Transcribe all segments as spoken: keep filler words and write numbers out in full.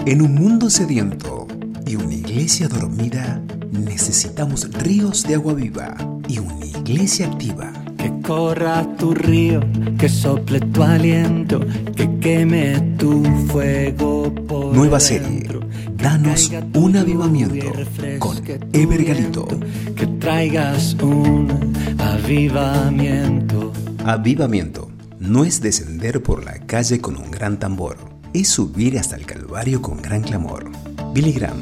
En un mundo sediento y una iglesia dormida, necesitamos ríos de agua viva y una iglesia activa. Que corra tu río, que sople tu aliento, que queme tu fuego por Nueva dentro. serie, Danos un avivamiento, con Eber Galito. Que traigas un avivamiento. Avivamiento no es descender por la calle con un gran tambor, es subir hasta el Calvario con gran clamor. Billy Graham.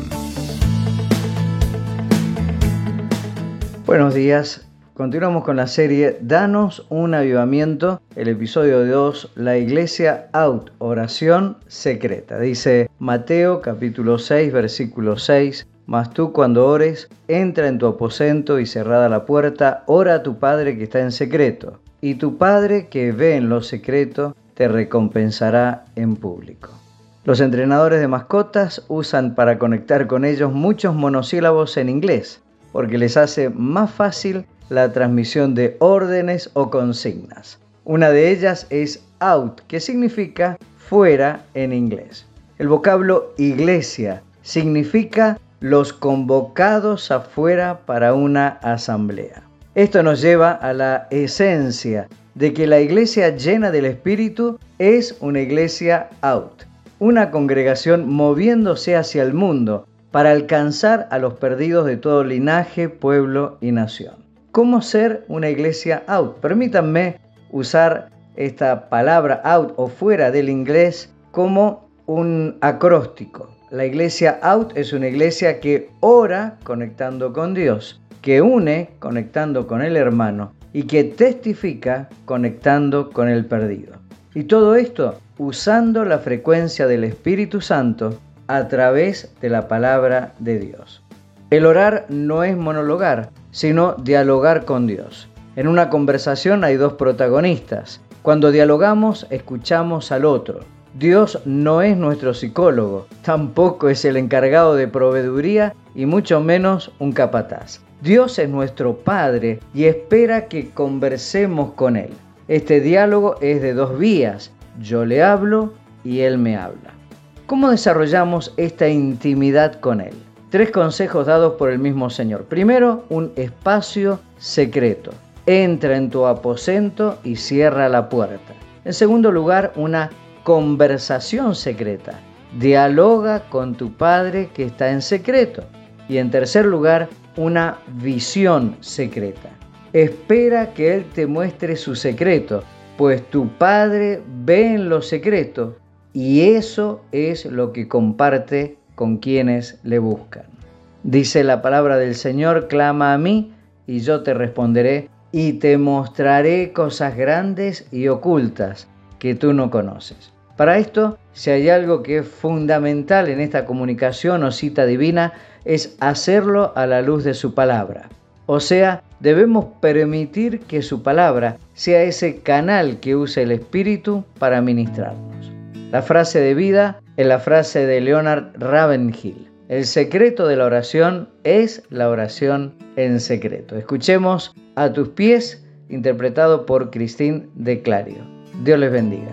Buenos días. Continuamos con la serie Danos un avivamiento, el episodio dos, la iglesia out, oración secreta. Dice Mateo capítulo seis, versículo seis, mas tú cuando ores, entra en tu aposento y cerrada la puerta, ora a tu Padre que está en secreto, y tu Padre que ve en lo secreto te recompensará en público. Los entrenadores de mascotas usan para conectar con ellos muchos monosílabos en inglés, porque les hace más fácil la transmisión de órdenes o consignas. Una de ellas es out, que significa fuera en inglés. El vocablo iglesia significa los convocados afuera para una asamblea. Esto nos lleva a la esencia de que la iglesia llena del Espíritu es una iglesia out, una congregación moviéndose hacia el mundo para alcanzar a los perdidos de todo linaje, pueblo y nación. ¿Cómo ser una iglesia out? Permítanme usar esta palabra out o fuera del inglés como un acróstico. La iglesia out es una iglesia que ora conectando con Dios, que une conectando con el hermano y que testifica conectando con el perdido. Y todo esto usando la frecuencia del Espíritu Santo a través de la palabra de Dios. El orar no es monologar, sino dialogar con Dios. En una conversación hay dos protagonistas. Cuando dialogamos, escuchamos al otro. Dios no es nuestro psicólogo, tampoco es el encargado de proveeduría y mucho menos un capataz. Dios es nuestro Padre y espera que conversemos con Él. Este diálogo es de dos vías. Yo le hablo y Él me habla. ¿Cómo desarrollamos esta intimidad con Él? Tres consejos dados por el mismo Señor. Primero, un espacio secreto. Entra en tu aposento y cierra la puerta. En segundo lugar, una conversación secreta. Dialoga con tu Padre que está en secreto. Y en tercer lugar, una visión secreta. Espera que Él te muestre su secreto, pues tu Padre ve en lo secreto y eso es lo que comparte con quienes le buscan. Dice la palabra del Señor, clama a mí y yo te responderé y te mostraré cosas grandes y ocultas que tú no conoces. Para esto, si hay algo que es fundamental en esta comunicación o cita divina, es hacerlo a la luz de su palabra. O sea, debemos permitir que su palabra sea ese canal que usa el Espíritu para ministrarnos. La frase de vida es la frase de Leonard Ravenhill. El secreto de la oración es la oración en secreto. Escuchemos A tus pies, interpretado por Christine de Clario. Dios les bendiga.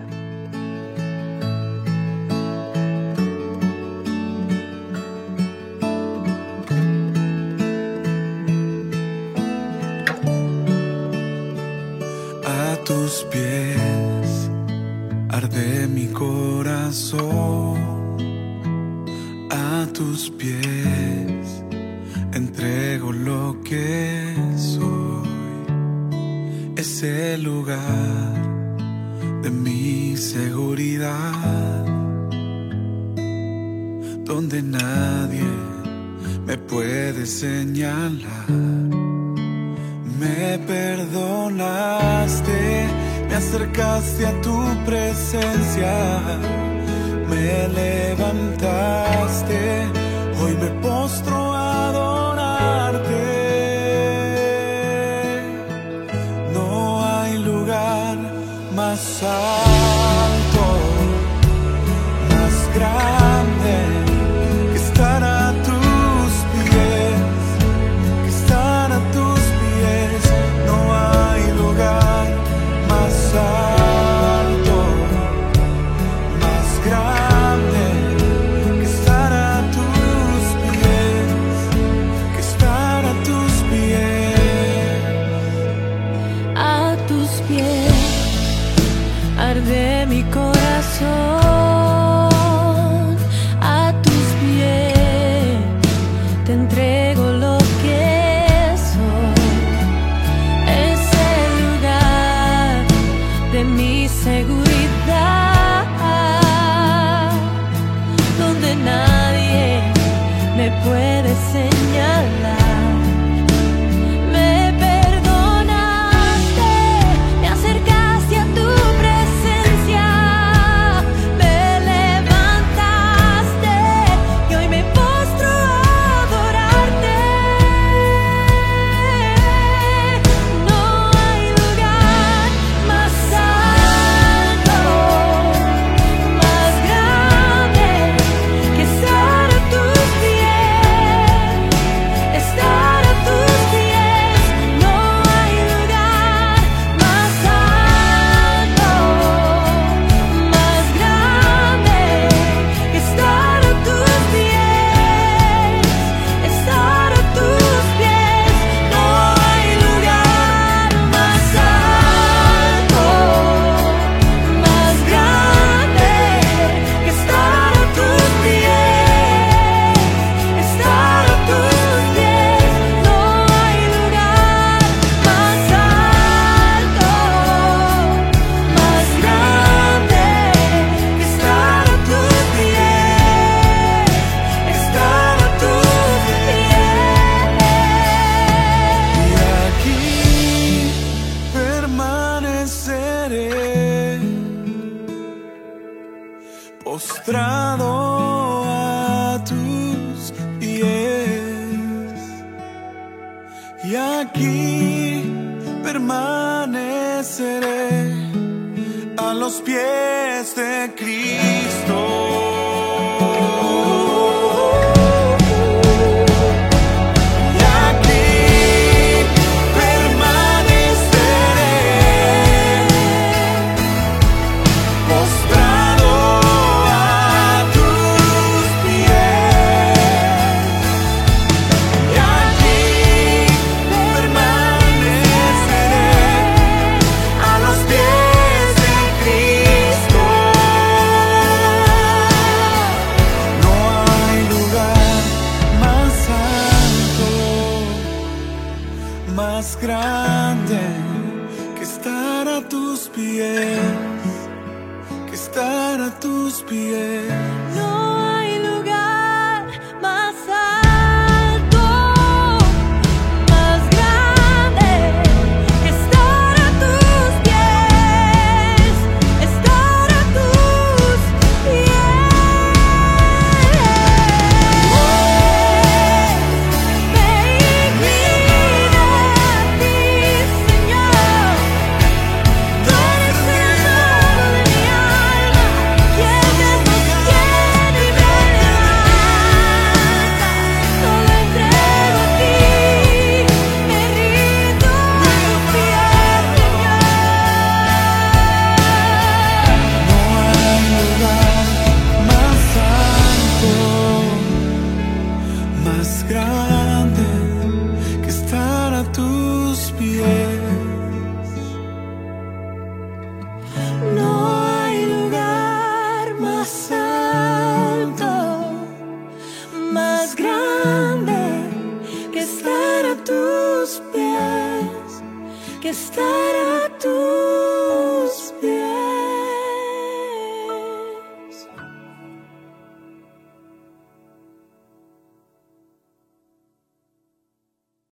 A tus pies arde mi corazón, a tus pies entrego lo que soy. Es el lugar de mi seguridad, donde nadie me puede señalar. Me perdonaste, me acercaste a tu presencia, me levantaste, hoy me postro a adorarte. No hay lugar más alto, más grande que estar a tus pies, que estar a tus pies. No hay lugar más alto, más grande que estar de mi corazón a tus pies, te entrego lo que soy. Es el lugar de mi seguridad, donde nadie me puede señalar. Postrado a tus pies, y aquí permaneceré a los pies de Cristo. Más grande que estar a tus pies, que estar a tus pies. No hay lugar más alto, más grande que estar a tus pies, estar a tus pies. Más grande que estar a tus pies. No hay lugar más alto, más grande que estar a tus pies, que estar a tus pies.